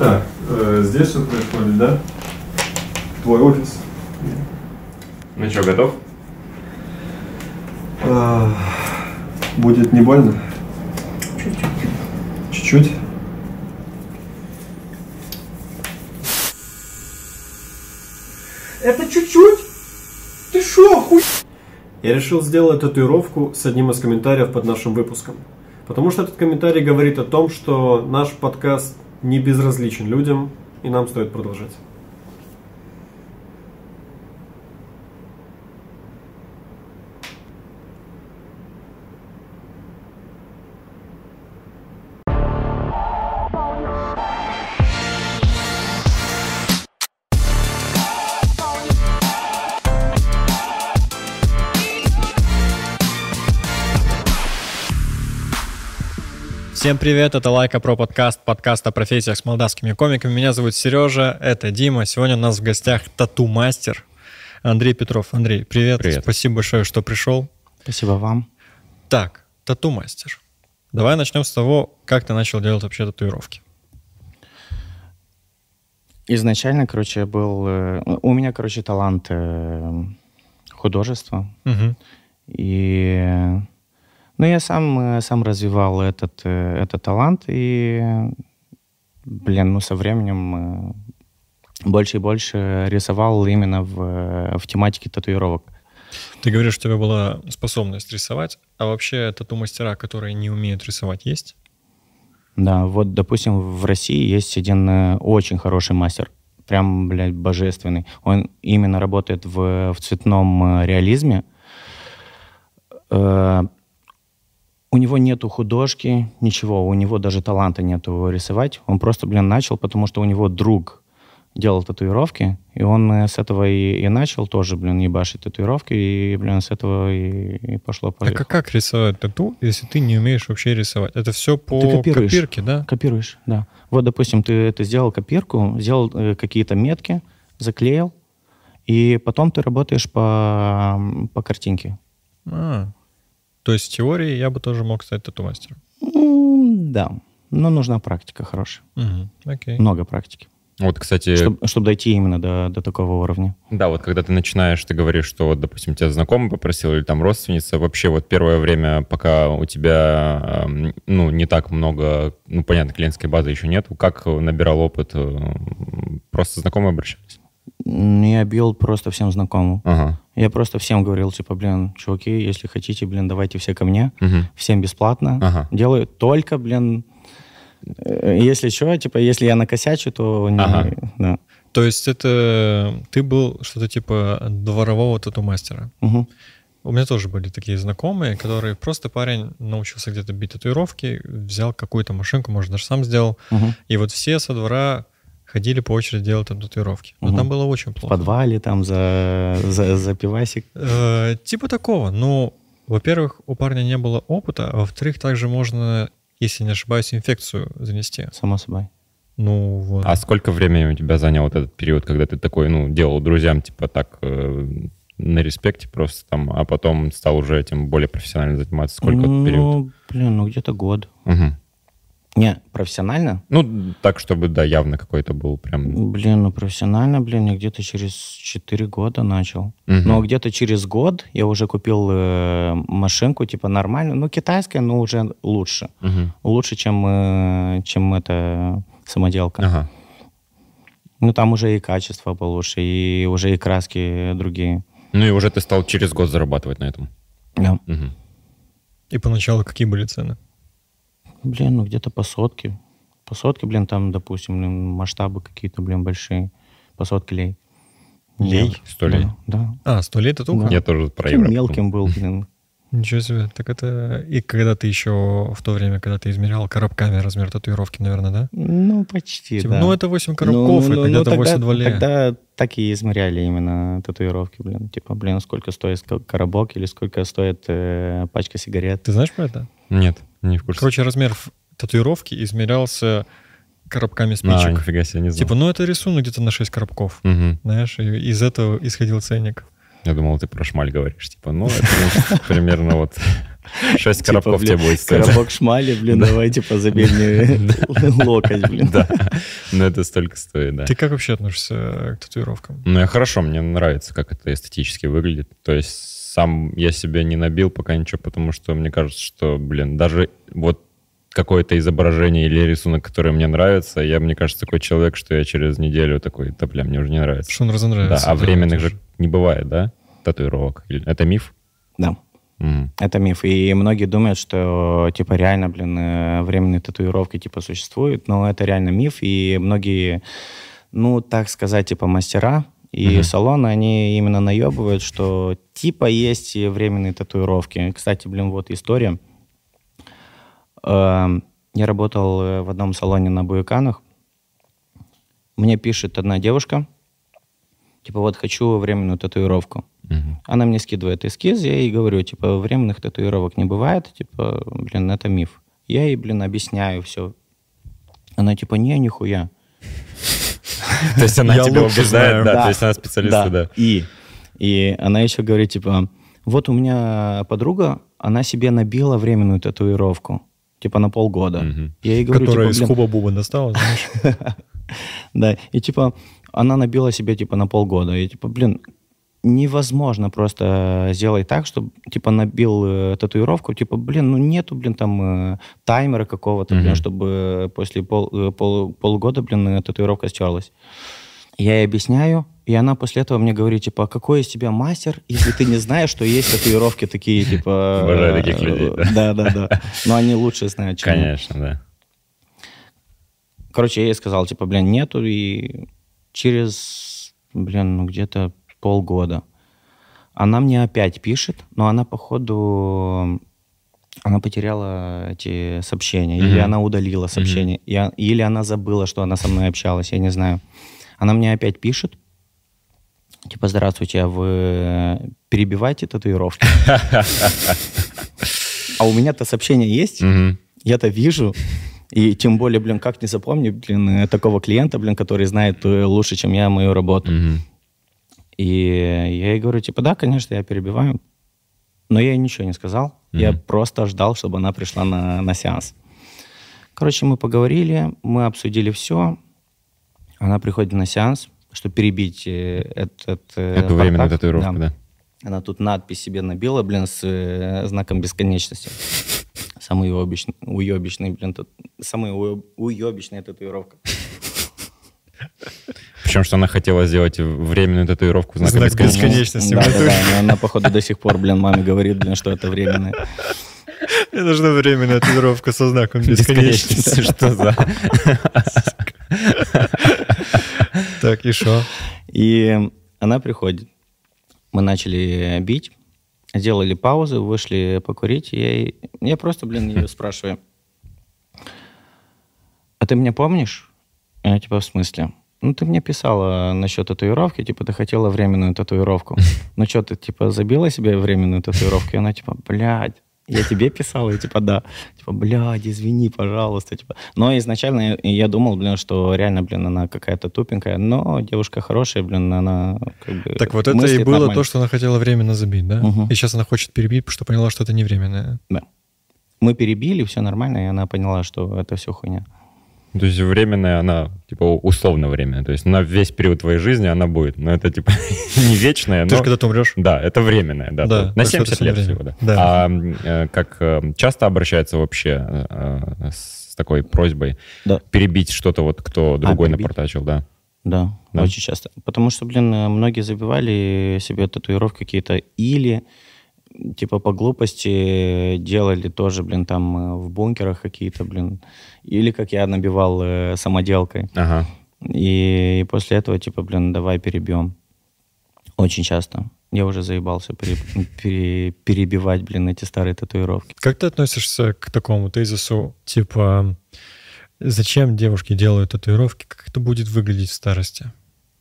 Так, здесь все происходит, да? Твой офис. Ну что, готов? Будет не больно? Чуть-чуть. Чуть-чуть? Это чуть-чуть? Ты шо, хуй? Я решил сделать татуировку с одним из комментариев под нашим выпуском. Потому что этот комментарий говорит о том, что наш подкаст не безразличен людям, и нам стоит продолжать. Всем привет, это Лайка Про подкаст о профессиях с молдавскими комиками. Меня зовут Сережа, это Дима. Сегодня у нас в гостях тату-мастер Андрей Петров. Андрей, привет. Спасибо большое, что пришел. Спасибо вам. Так, тату-мастер. Давай начнем с того, как ты начал делать вообще татуировки. Изначально, был... У меня, талант художества. Угу. И... я сам развивал этот талант, и, со временем больше и больше рисовал именно в тематике татуировок. Ты говоришь, у тебя была способность рисовать, а вообще тату-мастера, которые не умеют рисовать, есть? Да, вот, допустим, в России есть один очень хороший мастер, прям, божественный. Он именно работает в цветном реализме. У него нету художки, ничего, у него даже таланта нету рисовать. Он просто, начал, потому что у него друг делал татуировки, и он с этого и начал тоже, ебашить татуировки, и, с этого и пошло-поехало. Так а как рисовать тату, если ты не умеешь вообще рисовать? Это все по копирке, да? Копируешь, да. Вот, допустим, ты сделал копирку, сделал какие-то метки, заклеил, и потом ты работаешь по картинке. То есть в теории я бы тоже мог стать тату-мастером? Да, но нужна практика хорошая. Окей. Много практики. Вот, кстати... Чтобы дойти именно до такого уровня. Да, вот когда ты начинаешь, ты говоришь, что вот, допустим, тебя знакомый попросил или там родственница, вообще вот первое время, пока у тебя, не так много, понятно, клиентской базы еще нет, как набирал опыт? Просто знакомые обращались? Я бил просто всем знакомым. Ага. Я просто всем говорил, чуваки, если хотите, давайте все ко мне. Всем бесплатно. Ага. Делаю только, если что, если я накосячу, то не... Ага. Да. То есть это ты был что-то типа дворового тату-мастера. Угу. У меня тоже были такие знакомые, которые просто парень научился где-то бить татуировки, взял какую-то машинку, может, даже сам сделал. Угу. И вот все со двора ходили по очереди делать там татуировки. Но там было очень плохо. В подвале там за пивасик. Типа такого. Ну, во-первых, у парня не было опыта, а во-вторых, также можно, если не ошибаюсь, инфекцию занести. Само собой. Ну, вот. А сколько времени у тебя занял вот этот период, когда ты такой, делал друзьям, на респекте просто там, а потом стал уже этим более профессионально заниматься? Сколько период? Где-то год. Угу. Не, профессионально? Так, чтобы, да, явно какой-то был прям... Профессионально, я где-то через 4 года начал. Угу. Но где-то через год я уже купил машинку, нормальную, китайская, но уже лучше. Угу. Лучше, чем эта самоделка. Ага. Там уже и качество получше, и уже и краски другие. И уже ты стал через год зарабатывать на этом. Да. Угу. И поначалу какие были цены? Где-то по сотке. По сотке, там, допустим, масштабы какие-то, большие. По сотке лей. Лей? 100 лей? Да. 100 лей татуха? Я тоже про Европу. Мелким был, Ничего себе. Так это... И когда ты еще в то время, когда ты измерял коробками размер татуировки, наверное, да? Почти, да. Это 8 коробков, это где-то 8 лей. Тогда так и измеряли именно татуировки, сколько стоит коробок или сколько стоит пачка сигарет. Ты знаешь про это? Нет, не в курсе. Короче, размер татуировки измерялся коробками спичек. Нифига себе, не знал. Это рисунок где-то на 6 коробков. Угу. Знаешь, и из этого исходил ценник. Я думал, ты про шмаль говоришь. Это примерно вот... 6 коробков тебе будет стоить. Коробок шмали, блин, давай, типа, забей мне локоть, блин. Да, но это столько стоит, да. Ты как вообще относишься к татуировкам? Ну, я хорошо, мне нравится, как это эстетически выглядит. То есть сам я себе не набил пока ничего, потому что мне кажется, что, блин, даже вот какое-то изображение или рисунок, который мне нравится, мне кажется, такой человек, что я через неделю такой, да, бля, мне уже не нравится. Что он разонравится. Да, а временных же не бывает, да, татуировок? Это миф? Да. Это миф. И многие думают, что, типа, реально, блин, временные татуировки, типа, существуют, но это реально миф, и многие, ну, так сказать, типа, мастера и салоны, они именно наебывают, что, типа, есть временные татуировки. Кстати, блин, вот история. Я работал в одном салоне на Буяканах. Мне пишет одна девушка, типа, вот хочу временную татуировку. Она мне скидывает эскиз, я ей говорю, типа, временных татуировок не бывает, типа, блин, это миф. Я ей, блин, объясняю все. Она, типа, нихуя. То есть она тебя убеждает, да, то есть она специалист, да. И она еще говорит, типа, вот у меня подруга, она себе набила временную татуировку. Типа на полгода. Я ей говорю, которая типа, из Хуба-Буба достала, знаешь? Да, и типа она набила себе типа на полгода. И типа, блин, невозможно просто сделать так, чтобы типа набил татуировку. Типа, блин, ну нету, блин, там таймера какого-то, блин, чтобы после полугода, блин, татуировка стерлась. Я ей объясняю, и она после этого мне говорит, типа, какой из тебя мастер, если ты не знаешь, что есть татуировки такие, типа... Обожаю таких людей, да? Да. Но они лучше знают, чем... Конечно, да. Короче, я ей сказал, типа, блин, нету, и через, блин, ну где-то полгода она мне опять пишет, но она, походу... Она потеряла эти сообщения, или она удалила сообщения, или она забыла, что она со мной общалась, я не знаю. Она мне опять пишет, типа, здравствуйте, а вы перебиваете татуировки? А у меня-то сообщение есть, я-то вижу, и тем более, блин, как не запомню, блин, такого клиента, блин, который знает лучше, чем я, мою работу. И я ей говорю, типа, да, конечно, я перебиваю, но я ей ничего не сказал, я просто ждал, чтобы она пришла на сеанс. Короче, мы поговорили, мы обсудили все. Она приходит на сеанс, чтобы перебить эту временную татуировку, да. Она тут надпись себе набила, блин, с знаком бесконечности. Самый уебищный, блин, самая уебищная татуировка. Причем, что она хотела сделать временную татуировку знак бесконечности. Да, она, походу, до сих пор, блин, маме говорит, блин, что это временное. Мне нужна временная татуировка со знаком бесконечности. Что за... Так, и что? И она приходит. Мы начали бить, сделали паузу, вышли покурить. Я просто, блин, ее спрашиваю. А ты меня помнишь? Я типа, в смысле? Ну, ты мне писала насчет татуировки, типа, ты хотела временную татуировку. Ну, что, ты, типа, забила себе временную татуировку? И она, типа, блядь, я тебе писала? И, типа, да. Типа, блядь, извини, пожалуйста. Типа. Но изначально я думал, блин, что реально, блин, она какая-то тупенькая, но девушка хорошая, блин, она как бы... Так вот это и было нормально. То, что она хотела временно забить, да? И сейчас она хочет перебить, потому что поняла, что это не временное. Да. Мы перебили, все нормально, и она поняла, что это все хуйня. То есть временная, она, типа, условно временная. То есть на весь период твоей жизни она будет. Но это, типа, не вечная. Ты же когда ты умрешь. Да, это временная. Да, на 70 лет всего, да. А как часто обращаются вообще с такой просьбой перебить что-то, вот кто другой напортачил, да? Да, очень часто. Потому что, блин, многие забивали себе татуировки какие-то или... Типа по глупости делали тоже, блин, там в бункерах какие-то, блин. Или как я набивал самоделкой. Ага. И после этого, типа, блин, давай перебьем. Очень часто. Я уже заебался перебивать, блин, эти старые татуировки. Как ты относишься к такому тезису, типа, зачем девушки делают татуировки, как это будет выглядеть в старости?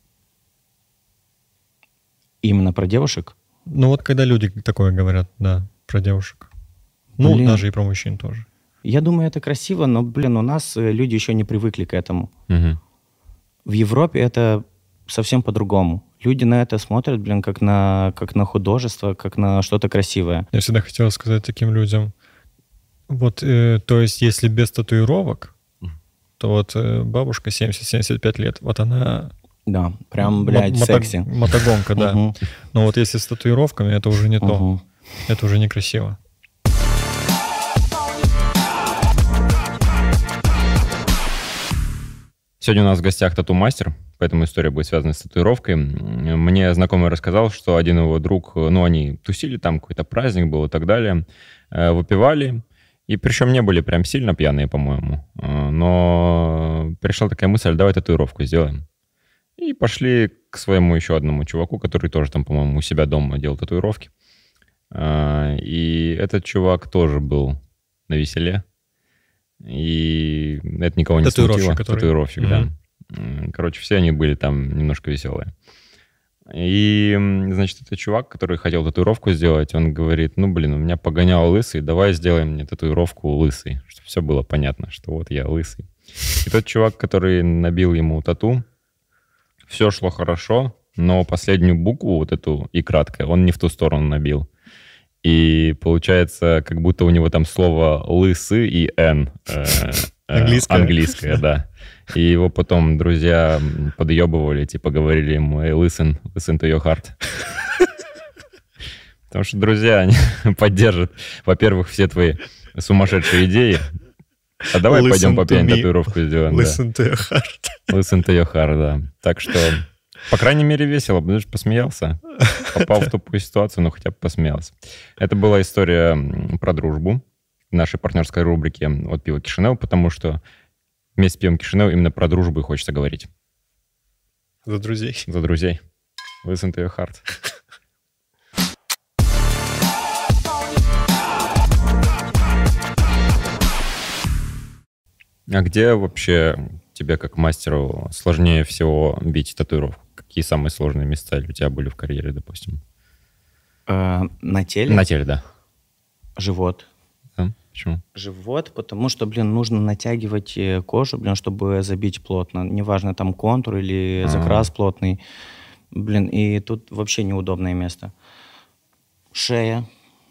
Именно про девушек? Ну вот когда люди такое говорят, да, про девушек. Ну, блин. Даже и про мужчин тоже. Я думаю, это красиво, но, блин, у нас люди еще не привыкли к этому. В Европе это совсем по-другому. Люди на это смотрят, блин, как на художество, как на что-то красивое. Я всегда хотел сказать таким людям, Вот, то есть, если без татуировок, то вот бабушка 70-75 лет, вот она... Да, прям, блядь, секси. Мотогонка, да. Но вот если с татуировками, это уже не то. Это уже некрасиво. Сегодня у нас в гостях тату-мастер, поэтому история будет связана с татуировкой. Мне знакомый рассказал, что один его друг, они тусили, там какой-то праздник был и так далее, выпивали, и причем не были прям сильно пьяные, по-моему, но пришла такая мысль, давай татуировку сделаем. И пошли к своему еще одному чуваку, который тоже там, по-моему, у себя дома делал татуировки. И этот чувак тоже был на веселе. И это никого не смутило. Татуировщик, да. Короче, все они были там немножко веселые. И, значит, этот чувак, который хотел татуировку сделать, он говорит, у меня погонял лысый, давай сделаем мне татуировку лысый, чтобы все было понятно, что вот я лысый. И тот чувак, который набил ему тату, все шло хорошо, но последнюю букву, вот эту и краткое, он не в ту сторону набил. И получается, как будто у него там слово «лысы» и «н». Английское, да. И его потом друзья подъебывали, говорили ему «Эй, listen to your heart». Потому что друзья, они поддержат, во-первых, все твои сумасшедшие идеи. А давай пойдем попьянь татуировку сделаем. Listen to your heart. Listen to your heart, да. Так что... По крайней мере, весело, потому что посмеялся. Попал в тупую ситуацию, но хотя бы посмеялся. Это была история про дружбу в нашей партнерской рубрике от пива Кишинев, потому что вместе с пивом Кишинев именно про дружбу и хочется говорить. За друзей. За друзей. Listen to your heart. А где вообще тебе, как мастеру, сложнее всего бить татуировку? Какие самые сложные места у тебя были в карьере, допустим? На теле? На теле, да. Живот. Да? Почему? Живот, потому что, нужно натягивать кожу, чтобы забить плотно. Неважно, там контур или закрас плотный. И тут вообще неудобное место. Шея.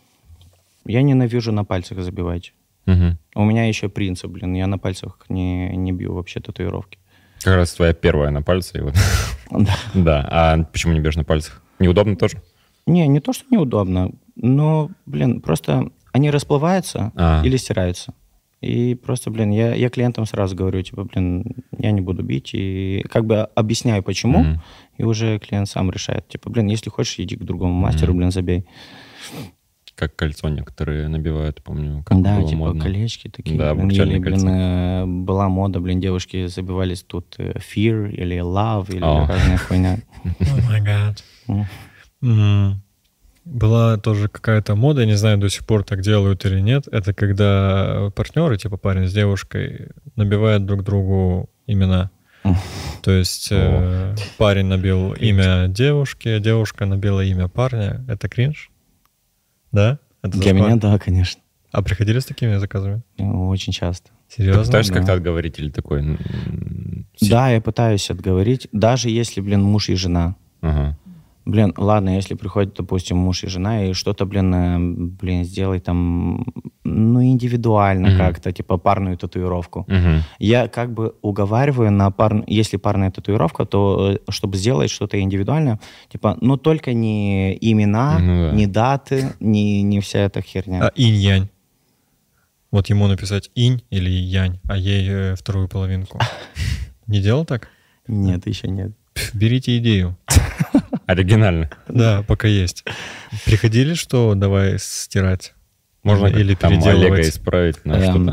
Я ненавижу на пальцах забивать. У меня еще принцип, я на пальцах не бью вообще татуировки. Как раз твоя первая на пальце. И вот. Да. Да. А почему не бьешь на пальцах? Неудобно тоже? Не то, что неудобно, но, просто они расплываются или стираются. И просто, я клиентам сразу говорю, я не буду бить. И объясняю, почему. И уже клиент сам решает. Если хочешь, иди к другому мастеру, забей. Как кольцо некоторые набивают, помню, как да, было модно. Колечки такие. Да, обручальные кольца. Была мода, девушки забивались тут fear или love, или разная хуйня. Oh my God. Была тоже какая-то мода, я не знаю, до сих пор так делают или нет, это когда партнеры, парень с девушкой, набивают друг другу имена. То есть парень набил имя девушки, а девушка набила имя парня. Это кринж? Да? Это для меня, да, конечно. А приходили с такими заказами? Очень часто. Ты Серьезно? пытаешься как-то отговорить или такой? Да, я пытаюсь отговорить. Даже если, муж и жена. Ага. Ладно, если приходит, допустим, муж и жена, и что-то, сделай там, индивидуально как-то, парную татуировку. Я уговариваю на если парная татуировка, то чтобы сделать что-то индивидуальное, только не имена, не даты, не вся эта херня. А инь-янь? Вот ему написать инь или янь, а ей вторую половинку. Не делал так? Нет, еще нет. Берите идею. Оригинально. Да, пока есть. Приходили, что давай стирать? Можно или там переделывать? Олега исправить на что-то.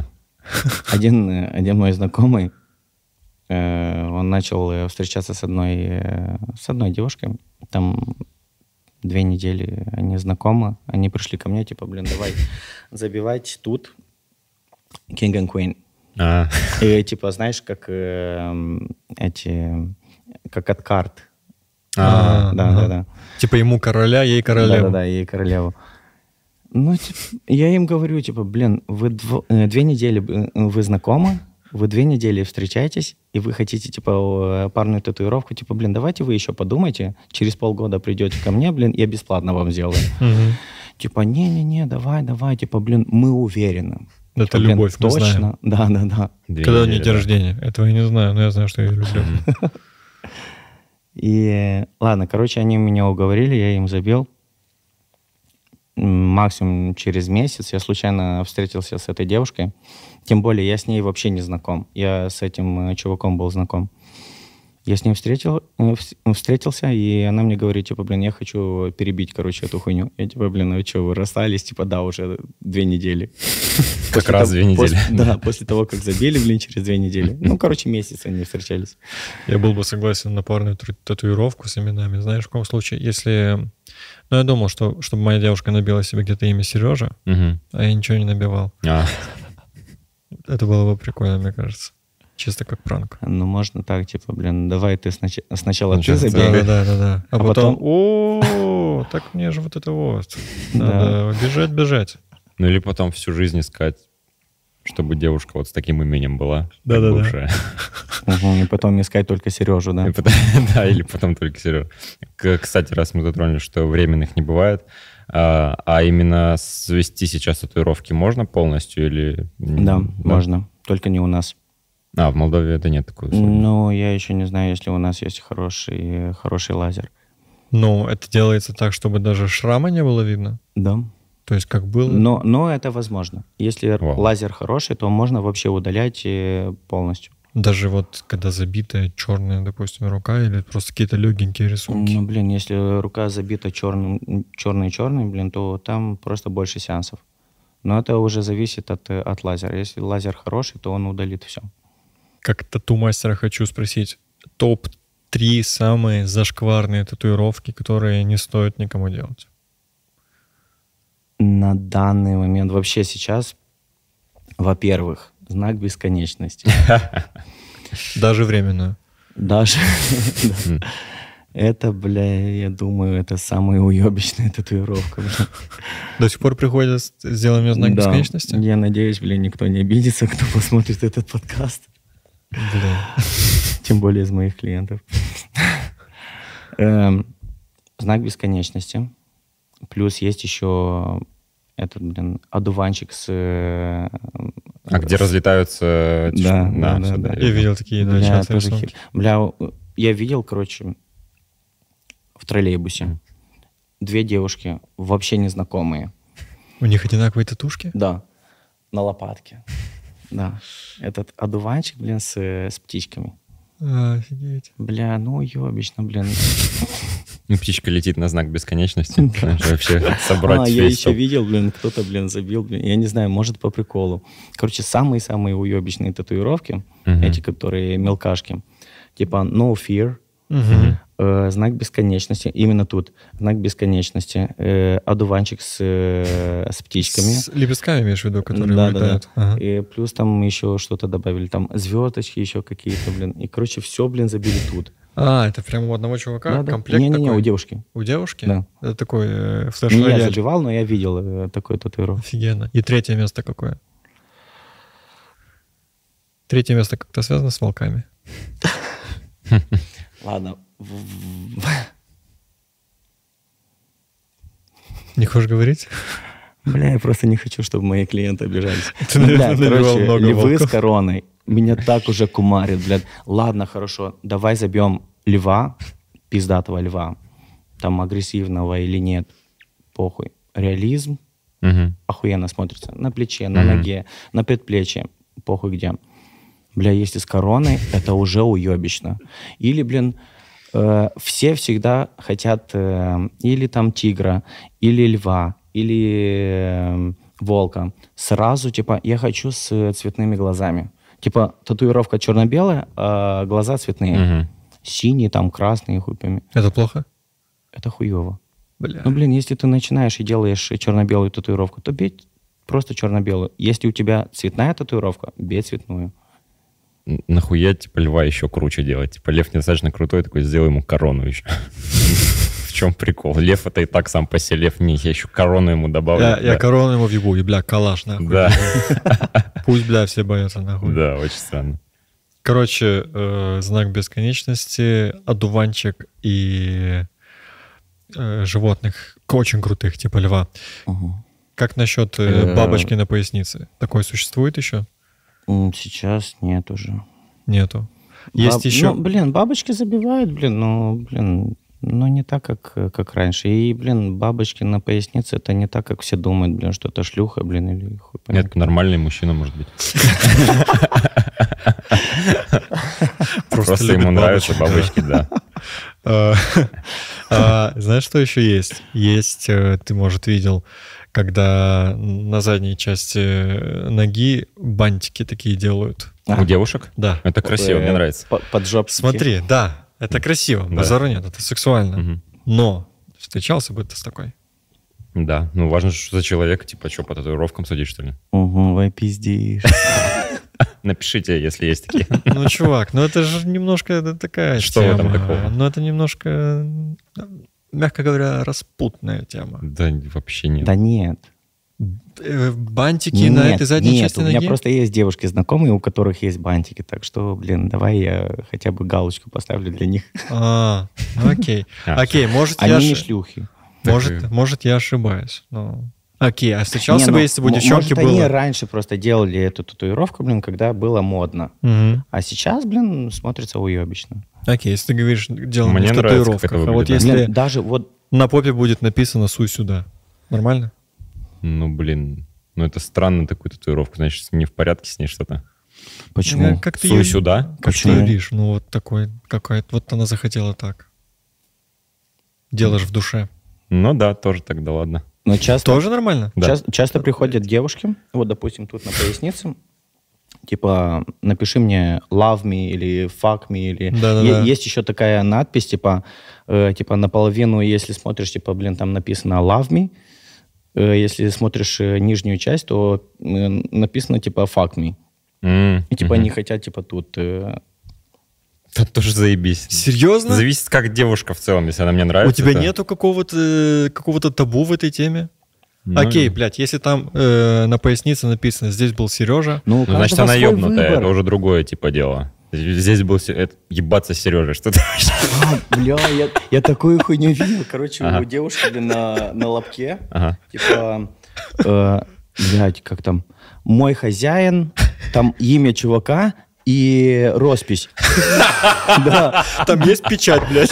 Один мой знакомый, он начал встречаться с одной девушкой. Там 2 недели они знакомы. Они пришли ко мне, давай забивать тут King and Queen. И знаешь, как как от карт. Да. Ему короля, ей королеву. Да, ей королеву. Я им говорю, вы 2 недели вы знакомы, вы 2 недели встречаетесь, и вы хотите, парную татуировку, давайте вы еще подумайте, через полгода придете ко мне, я бесплатно вам сделаю. Не-не-не, давай, мы уверены. Это любовь, мы точно. знаем. Да. Когда у нее день рождения? Этого я не знаю, но я знаю, что я ее люблю. И ладно, короче, они меня уговорили, я им забил. Максимум через месяц я случайно встретился с этой девушкой. Тем более я с ней вообще не знаком. Я с этим чуваком был знаком. Я с ним встретился, и она мне говорит, типа, блин, я хочу перебить, короче, эту хуйню. Я, типа, блин, ну что, вы расстались? Типа, да, уже 2 недели. Как раз 2 недели. Да, после того, как забили, блин, через 2 недели. Ну, короче, месяц они встречались. Я был бы согласен на парную татуировку с именами. Знаешь, в каком случае? Если... Ну, я думал, что чтобы моя девушка набила себе где-то имя Сережа, а я ничего не набивал. Это было бы прикольно, мне кажется. Чисто как пранк. Ну, можно так, типа, блин, давай ты сначала ты забей. Да. А потом, о, так мне же вот это вот. Надо бежать. Ну, или потом всю жизнь искать, чтобы девушка вот с таким именем была. Да. И потом искать только Сережу, да? Да, или потом только Сережу. Кстати, раз мы затронули, что временных не бывает, а именно свести сейчас татуировки можно полностью или... Да, можно, только не у нас. В Молдове это нет такой услуги. Ну, я еще не знаю, если у нас есть хороший лазер. Ну, это делается так, чтобы даже шрама не было видно? Да. То есть как было? Но это возможно. Если лазер хороший, то можно вообще удалять полностью. Даже вот когда забитая черная, допустим, рука или просто какие-то легенькие рисунки? Ну, блин, если рука забита черной, блин, то там просто больше сеансов. Но это уже зависит от лазера. Если лазер хороший, то он удалит все. Как тату-мастера хочу спросить, топ-3 самые зашкварные татуировки, которые не стоит никому делать? На данный момент вообще сейчас, во-первых, знак бесконечности. Даже временную? Даже. Это, бля, я думаю, это самая уебищная татуировка. До сих пор приходят, сделай мне знак бесконечности? Я надеюсь, блин, никто не обидится, кто посмотрит этот подкаст. Бля. Тем более из моих клиентов. Знак бесконечности. Плюс есть еще этот, блин, одуванчик с... где разлетаются... Да. Я видел такие, да, часто рисунки. Бля, я видел, короче, в троллейбусе 2 девушки, вообще незнакомые. У них одинаковые татушки? Да, на лопатке. Да, этот одуванчик, блин, с птичками. Офигеть. Бля, ну ёбично, блин. Птичка летит на знак бесконечности. Вообще собрать я весь еще видел, блин, кто-то, блин, забил, блин. Я не знаю, может, по приколу. Короче, самые-самые уебищные татуировки, эти, которые мелкашки, типа No Fear, знак бесконечности, именно тут, знак бесконечности, одуванчик с птичками. С лепестками, имеешь в виду, которые улетают? Да. И плюс там еще что-то добавили, там звездочки еще какие-то, блин. И, короче, все, блин, забили тут. Это прямо у одного чувака? Да. Комплект Не, такой? у девушки. У девушки? Да. Это такой флеш-рояль. Не я забивал, но я видел такой татуировку. Офигенно. И 3 место какое? 3 место как-то связано с волками? Ладно. Не хочешь говорить? Бля, я просто не хочу, чтобы мои клиенты обижались. Ты, наверное, набивал много львы волков. с короной. Меня так уже кумарит, блядь. Ладно, хорошо, давай забьем льва, пиздатого льва. Там агрессивного или нет, похуй. Реализм охуенно смотрится. На плече, на ноге, на предплечье, похуй где. Бля, если с короной, это уже уебищно. Или, блин, все всегда хотят или там тигра, или льва, или волка. Сразу, типа, я хочу с цветными глазами. Типа, татуировка черно-белая, а глаза цветные. Синие, там, красные, хуй пойми. Это плохо? Это хуево. Бля. Ну, блин, если ты начинаешь и делаешь черно-белую татуировку, то бей просто черно-белую. Если у тебя цветная татуировка, бей цветную. Нахуя, типа, льва еще круче делать? Типа, лев недостаточно крутой, такой, сделай ему корону еще. В чем прикол? Лев это и так сам по себе лев. Не, я еще корону ему добавлю. Я корону ему въебу, и, бля, калаш, нахуй. Да. Пусть, бля, все боятся, нахуй. Да, очень странно. Короче, знак бесконечности, одуванчик и животных очень крутых, типа льва. Как насчет бабочки на пояснице? Такое существует еще? Сейчас нет уже. Нету. Есть еще... Ну, бабочки забивают, но не так, как раньше. И, бабочки на пояснице, это не так, как все думают, что это шлюха, или хуй понять. Нет, нормальный мужчина, может быть. Просто ему нравятся бабочки, да. Знаешь, что еще есть? Есть, ты, может, видел, когда на задней части ноги бантики такие делают. У девушек? Да. Это красиво, мне нравится. Поджопники. Смотри, да, это красиво, базару нет, это сексуально. Но встречался бы ты с такой? Да, важно, что за человек, что, по татуировкам судить, что ли? Ой, пиздишь. Напишите, если есть такие. Ну, чувак, это же немножко такая что тема. Что в этом такого? Это немножко, мягко говоря, распутная тема. Да, вообще нет. Да нет. Бантики на этой задней части ноги? У меня просто есть девушки знакомые, у которых есть бантики, так что, давай я хотя бы галочку поставлю для них. Окей. Окей, может я... Они не шлюхи. Может я ошибаюсь, но... Окей, а встречался бы, если бы у девчонки было... Может, они раньше просто делали эту татуировку, когда было модно. А сейчас, смотрится уебично. Окей, если ты говоришь, дело не в татуировках, а вот если даже вот на попе будет написано «суй сюда», нормально? Это странно, такую татуировку, значит, не в порядке с ней что-то. Почему? Суй сюда? Как ты видишь, такой, какая-то, вот она захотела так. Делаешь в душе. Да, тоже тогда, ладно. Но часто, тоже нормально? Часто приходят девушки, вот, допустим, тут на пояснице, напиши мне love me или fuck me, или... Есть еще такая надпись, наполовину, если смотришь, там написано love me, если смотришь нижнюю часть, то написано, fuck me. И, они хотят, тут... Это тоже заебись. Серьезно? Зависит, как девушка в целом, если она мне нравится. У тебя нету какого-то табу в этой теме? Окей, блядь, если там на пояснице написано «здесь был Сережа». Значит, она ебнутая, это уже другое дело. Здесь был ебаться с Сережей, что ты... Я такую хуйню видел. Короче, у девушки на лобке, как там, мой хозяин, там имя чувака и роспись. Да. Там есть печать, блядь.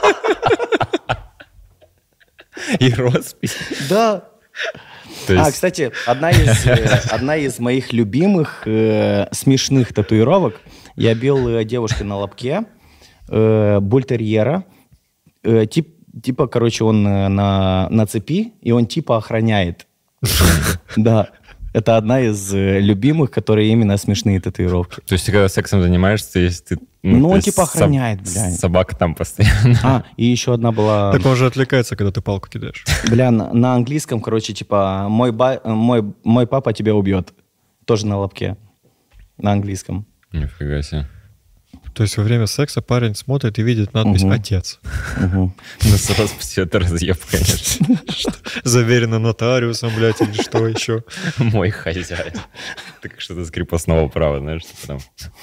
И роспись. Да. Кстати, одна из моих любимых смешных татуировок. Я бил девушке на лобке бультерьера. Короче, он на цепи, и он охраняет. Да. Это одна из любимых, которые именно смешные татуировки. То есть ты когда сексом занимаешься, если ты... охраняет, блядь. Собака там постоянно. И еще одна была... Так он же отвлекается, когда ты палку кидаешь. На английском, короче, мой папа тебя убьет. Тоже на лобке. На английском. Нифига себе. То есть во время секса парень смотрит и видит надпись «Отец». С росписью это разъеб, конечно. Заверено нотариусом, блядь, или что еще? Мой хозяин. Ты как что-то с крепостного права, знаешь, там.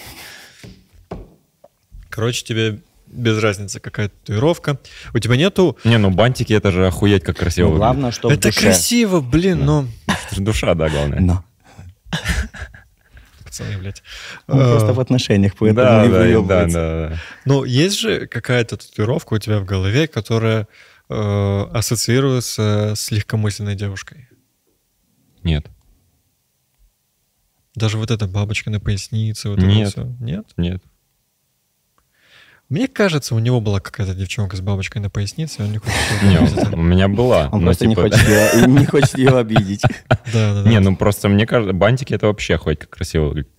Короче, тебе без разницы, какая татуировка. У тебя нету... бантики, это же охуеть, как красиво. Главное, что это красиво, но... Это же душа, да, главное. Пацаны, блядь. Просто в отношениях, поэтому не выебывается. Да. Но есть же какая-то татуировка у тебя в голове, которая ассоциируется с легкомысленной девушкой? Нет. Даже вот эта бабочка на пояснице, вот нет. это все? Нет? Нет. Мне кажется, у него была какая-то девчонка с бабочкой на пояснице, он не хочет ее обидеть. У меня была. Он просто не хочет ее обидеть. Да. Не, просто мне кажется, бантики это вообще хоть как красиво выглядит.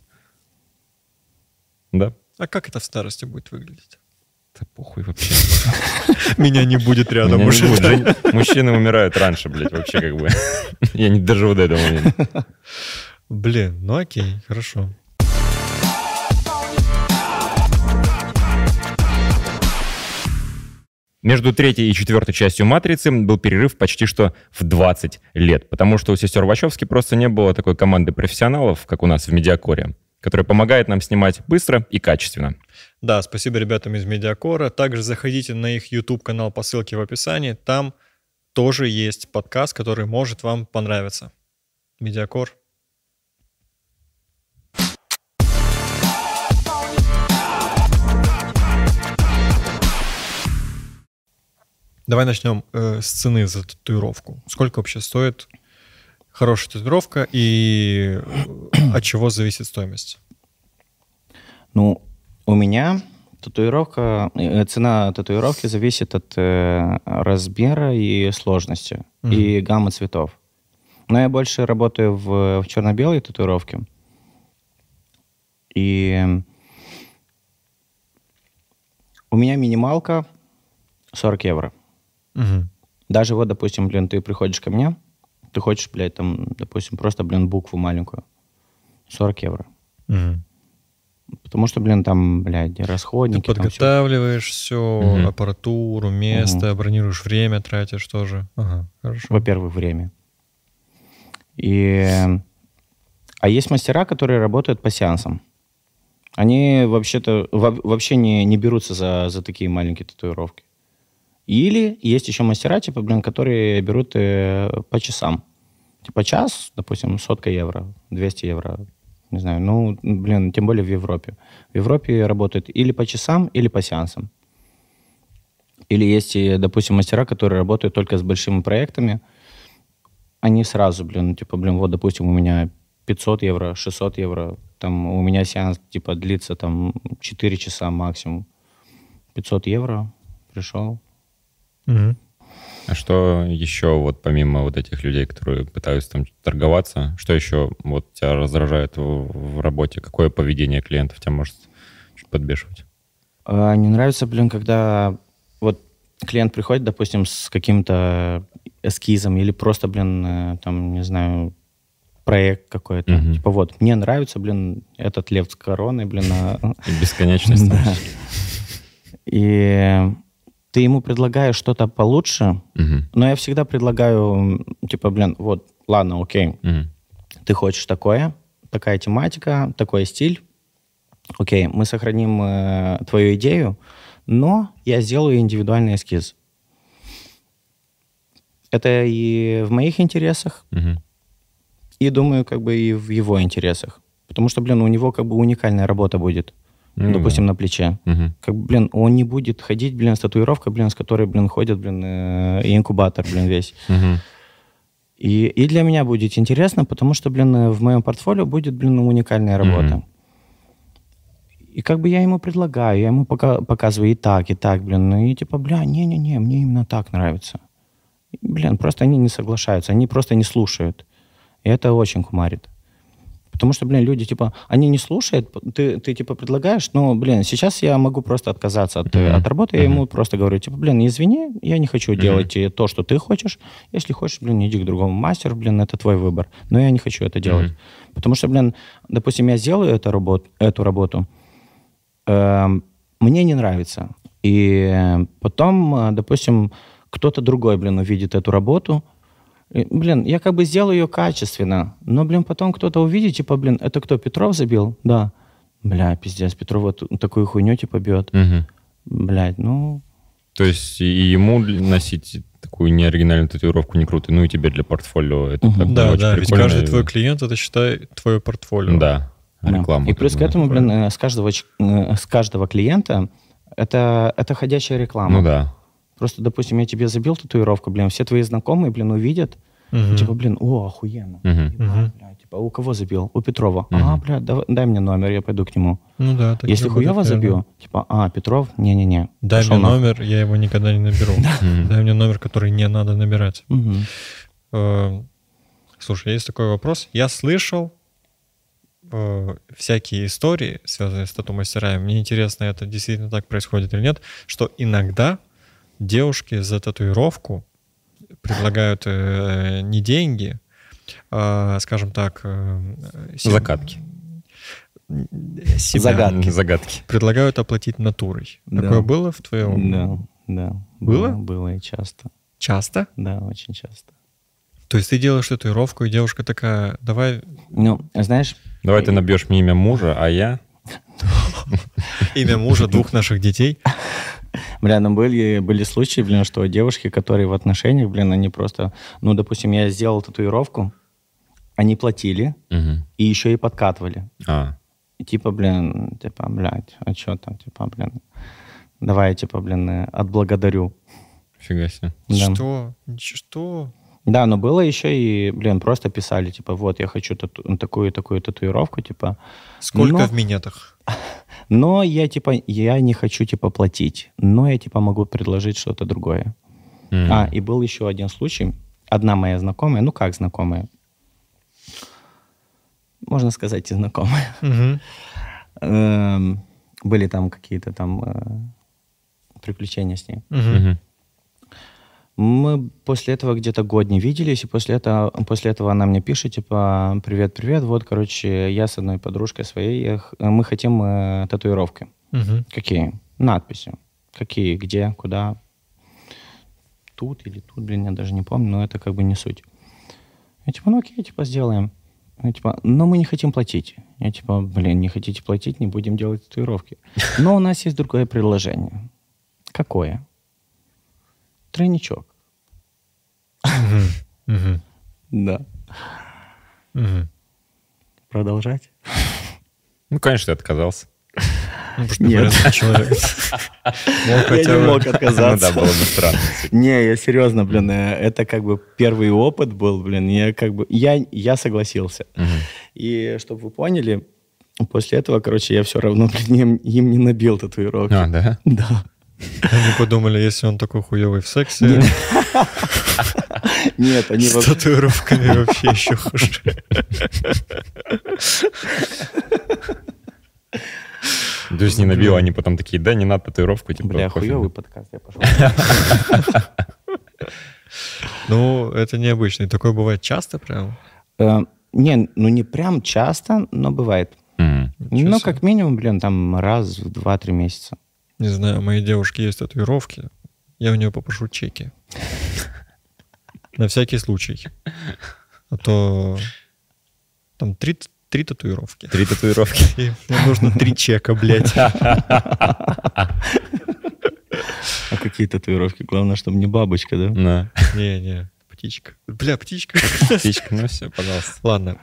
Да. А как это в старости будет выглядеть? Да похуй вообще. Меня не будет рядом уже. Мужчины умирают раньше, блядь, вообще как бы. Я не доживу до этого момента. Блин, окей, хорошо. Между третьей и четвертой частью «Матрицы» был перерыв почти что в 20 лет, потому что у сестер Вачовски просто не было такой команды профессионалов, как у нас в Медиакоре, которая помогает нам снимать быстро и качественно. Да, спасибо ребятам из Медиакора. Также заходите на их YouTube-канал по ссылке в описании. Там тоже есть подкаст, который может вам понравиться. Медиакор. Давай начнем с цены за татуировку. Сколько вообще стоит хорошая татуировка и от чего зависит стоимость? Ну, у меня цена татуировки зависит от размера и сложности, и гаммы цветов. Но я больше работаю в черно-белой татуировке. И у меня минималка 40 евро. Угу. Даже вот, допустим, ты приходишь ко мне, ты хочешь, там, допустим, просто, букву маленькую. 40 евро. Угу. Потому что, там, расходники. Ты подготавливаешь все, аппаратуру, место, бронируешь время, тратишь тоже. Ага, хорошо. Во-первых, время. А есть мастера, которые работают по сеансам. Они вообще не берутся за такие маленькие татуировки. Или есть еще мастера, которые берут по часам. Час, допустим, 100 евро, 200 евро. Не знаю, тем более в Европе. В Европе работают или по часам, или по сеансам. Или есть, допустим, мастера, которые работают только с большими проектами. Они сразу, вот, допустим, у меня 500 евро, 600 евро. Там у меня сеанс, длится 4 часа максимум. 500 евро, пришел. Угу. А что еще, вот помимо вот этих людей, которые пытаются там торговаться, что еще вот тебя раздражает в работе? Какое поведение клиентов тебя может чуть подбешивать? Не нравится, когда вот клиент приходит, допустим, с каким-то эскизом или просто, там, не знаю, проект какой-то. Вот, мне нравится, этот лев с короной, И бесконечность. Да. И ты ему предлагаешь что-то получше, но я всегда предлагаю, вот, ладно, окей, ты хочешь такая тематика, такой стиль, окей, мы сохраним твою идею, но я сделаю индивидуальный эскиз. Это и в моих интересах, и, думаю, и в его интересах. Потому что, у него уникальная работа будет. Допустим, на плече. Он не будет ходить, с татуировкой, с которой, ходит, и инкубатор, весь. И для меня будет интересно, потому что, в моем портфолио будет, уникальная работа. И я ему предлагаю, я ему показываю и так, и не-не-не, мне именно так нравится. Просто они не соглашаются, они просто не слушают. И это очень кумарит. Потому что, люди, они не слушают, ты предлагаешь, но, сейчас я могу просто отказаться от работы, я ему просто говорю, извини, я не хочу делать то, что ты хочешь, если хочешь, иди к другому мастеру, это твой выбор, но я не хочу это делать. Потому что, допустим, я сделаю эту работу, мне не нравится, и потом, допустим, кто-то другой, увидит эту работу. Я сделаю ее качественно, но, потом кто-то увидит, это кто, Петров забил? Да. Пиздец, Петров вот такую хуйню, бьет. То есть и ему носить такую неоригинальную татуировку не круто, и тебе для портфолио это очень прикольно. Ведь каждый твой и... клиент, это, считай, твое портфолио. Да, реклама. И плюс к этому, с каждого клиента это ходячая реклама. Ну да. Просто, допустим, я тебе забил татуировку, все твои знакомые, увидят, охуенно. У кого забил? У Петрова. Дай мне номер, я пойду к нему. Ну да. Если хуево забил, Петров, не-не-не. Дай мне номер, я его никогда не наберу. Дай мне номер, который не надо набирать. Слушай, есть такой вопрос. Я слышал всякие истории, связанные с тату-мастерами. Мне интересно, это действительно так происходит или нет, что иногда девушки за татуировку предлагают не деньги, а, скажем так... Закатки. Загадки. Предлагают оплатить натурой. Да. Такое было в твоем... Да. Было? Было и часто. Часто? Да, очень часто. То есть ты делаешь татуировку, и девушка такая, давай... Знаешь... Давай ты набьешь мне имя мужа, а я... Имя мужа 2 наших детей. Бля, ну были случаи, блин, что девушки, которые в отношениях, блин, они просто... Ну, допустим, я сделал татуировку, они платили и еще и подкатывали. И типа, блин, блядь, а что там, типа, блин, давай, типа, блин, отблагодарю. Фига себе. Да. Что? Да, но было еще и, блин, просто писали, типа, вот, я хочу такую татуировку, типа. Сколько в минетах? Но я, типа, я не хочу, типа, платить, но я, типа, могу предложить что-то другое. И был еще один случай. Одна моя знакомая, ну, как знакомая, можно сказать, и знакомая. Были там какие-то там приключения с ней. Мы после этого где-то год не виделись, и после этого она мне пишет, типа, привет, вот, короче, я с одной подружкой своей, мы хотим татуировки. Какие? Надписи. Какие, где, куда. Тут или тут, блин, я даже не помню, но это как бы не суть. Я типа, ну окей, типа, сделаем. Я типа, но мы не хотим платить. Я типа, блин, не хотите платить, не будем делать татуировки. Но у нас есть другое предложение. Какое? Тройничок. Да. Продолжать? Ну, конечно, ты отказался. Нет. Я не мог Ну отказаться. да, было бы странно. Не, я серьезно, блин, это как бы первый опыт был, блин, я согласился. И чтобы вы поняли, после этого, короче, я все равно, блин, им не набил татуировки. А, да? Да. Они подумали, если он такой хуёвый в сексе, Нет, они с татуировками вообще еще хуже. То есть не набил, они потом такие, да, не надо татуировку. Типа, Бля, хуёвый подкаст, я пошел. Ну, это необычно. И такое бывает часто прям? Не, ну не прям часто, но бывает. Ну, как минимум, блин, там раз в 2-3 месяца. Не знаю, у моей девушки есть татуировки. Я у нее попрошу чеки. На всякий случай. А то там 3 татуировки. 3 татуировки. И мне нужно 3 чека, блядь. А какие татуировки? Главное, чтобы не бабочка, да? Да. Не, птичка. Бля, птичка. Птичка, ну все, пожалуйста. Ладно.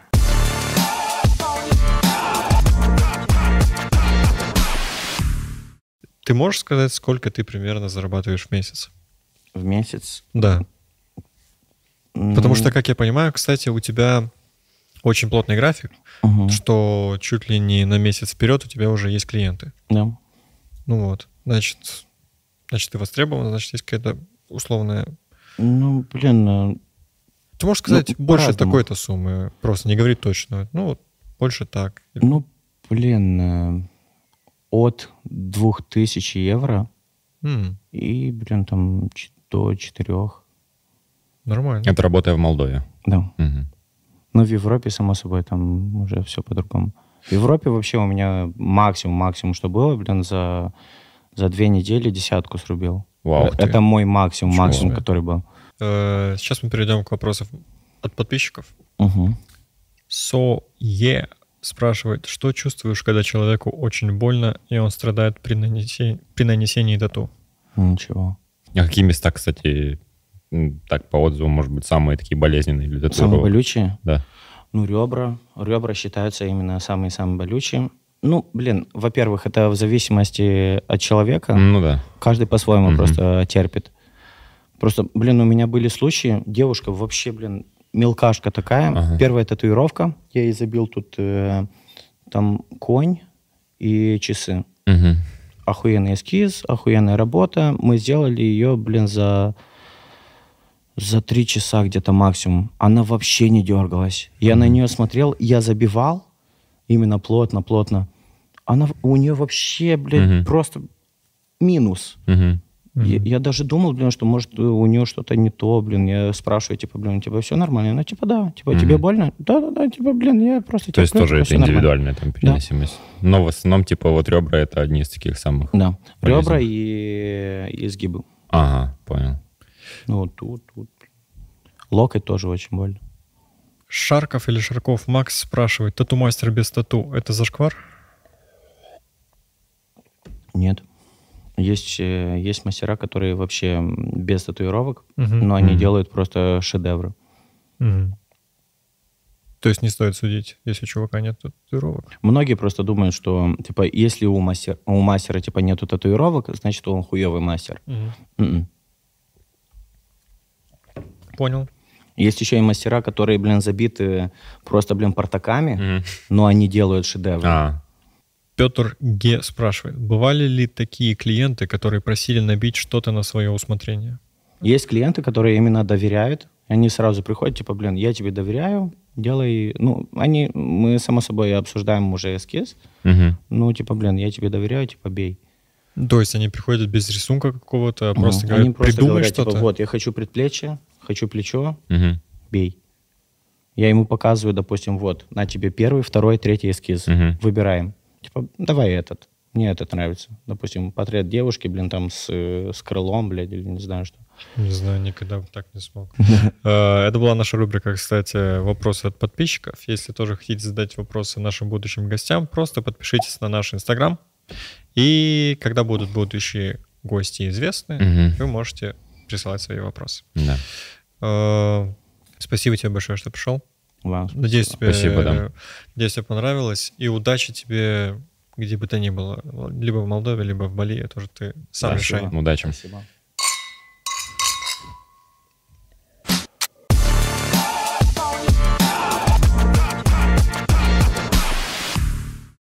Ты можешь сказать, сколько ты примерно зарабатываешь в месяц? В месяц? Да. Потому что, как я понимаю, кстати, у тебя очень плотный график, что чуть ли не на месяц вперед у тебя уже есть клиенты. Да. Ну вот. Значит, ты востребован, значит, есть какая-то условная... Ну, блин... Ты можешь сказать больше по-разному. такой-то суммы, просто не говори точно. Ну вот, больше так. Ну, блин, от 2000 евро и, блин, там до 4. Нормально. Это работая в Молдове. Да. Ну, в Европе, само собой, там уже все по-другому. В Европе вообще у меня максимум, что было, блин, за 2 недели 10 срубил. Вау. Это мой максимум, себе. который был. Сейчас мы перейдем к вопросам от подписчиков. Со-Е спрашивает, что чувствуешь, когда человеку очень больно, и он страдает при нанесении тату? Ничего. А какие места, кстати, так по отзывам, может быть, самые такие болезненные для татуировок? Самые болючие? Да. Ну, ребра. Ребра считаются именно самые-самые болючие. Ну, блин, во-первых, это в зависимости от человека. Ну да. Каждый по-своему просто терпит. Просто, блин, у меня были случаи, девушка вообще, блин, мелкашка такая. Первая татуировка, я ей забил тут там конь и часы. Охуенный эскиз, охуенная работа. Мы сделали ее, блин, за 3 часа где-то максимум. Она вообще не дергалась. Я на нее смотрел, я забивал именно плотно. У нее вообще, блин, просто минус. Я даже думал, блин, что может у нее что-то не то, блин. Я спрашиваю, типа, блин, у тебя все нормально? Она, типа, да. Типа, тебе больно? Да, типа, блин, я просто... То есть тоже это нормально. индивидуальная там переносимость. Да. Но в основном, типа, вот ребра — это одни из таких самых... Да, полезных. ребра и изгибы. Ага, понял. Ну, вот тут. Локоть тоже очень больно. Шарков или Шарков Макс спрашивает, тату-мастер без тату — это зашквар? Нет. Есть мастера, которые вообще без татуировок, но они делают просто шедевры. То есть не стоит судить, если у чувака нет татуировок? Многие просто думают, что типа если у мастера типа нету татуировок, значит он хуёвый мастер. Понял. Есть еще и мастера, которые, забиты просто, портаками, но они делают шедевры. Петр Г. спрашивает, бывали ли такие клиенты, которые просили набить что-то на свое усмотрение? Есть клиенты, которые именно доверяют, они сразу приходят, типа, я тебе доверяю, делай... мы, само собой, обсуждаем уже эскиз, я тебе доверяю, типа, бей. То есть они приходят без рисунка какого-то, а просто говорят, они просто придумай говорят, что-то? Типа, вот, я хочу предплечье, хочу плечо, бей. Я ему показываю, допустим, вот, на тебе первый, второй, третий эскиз, выбираем. Типа, давай этот, мне этот нравится. Допустим, портрет девушки, там с крылом, или не знаю что. Не знаю, никогда бы так не смог. Это была наша рубрика, кстати, вопросы от подписчиков. Если тоже хотите задать вопросы нашим будущим гостям, просто подпишитесь на наш Инстаграм. И когда будут будущие гости известны, вы можете присылать свои вопросы. Да. Спасибо тебе большое, что пришел. Вам надеюсь, спасибо, да. Надеюсь, тебе понравилось. И удачи тебе, где бы то ни было. Либо в Молдове, либо в Бали. Это уже ты сам решай. Удачи. Спасибо.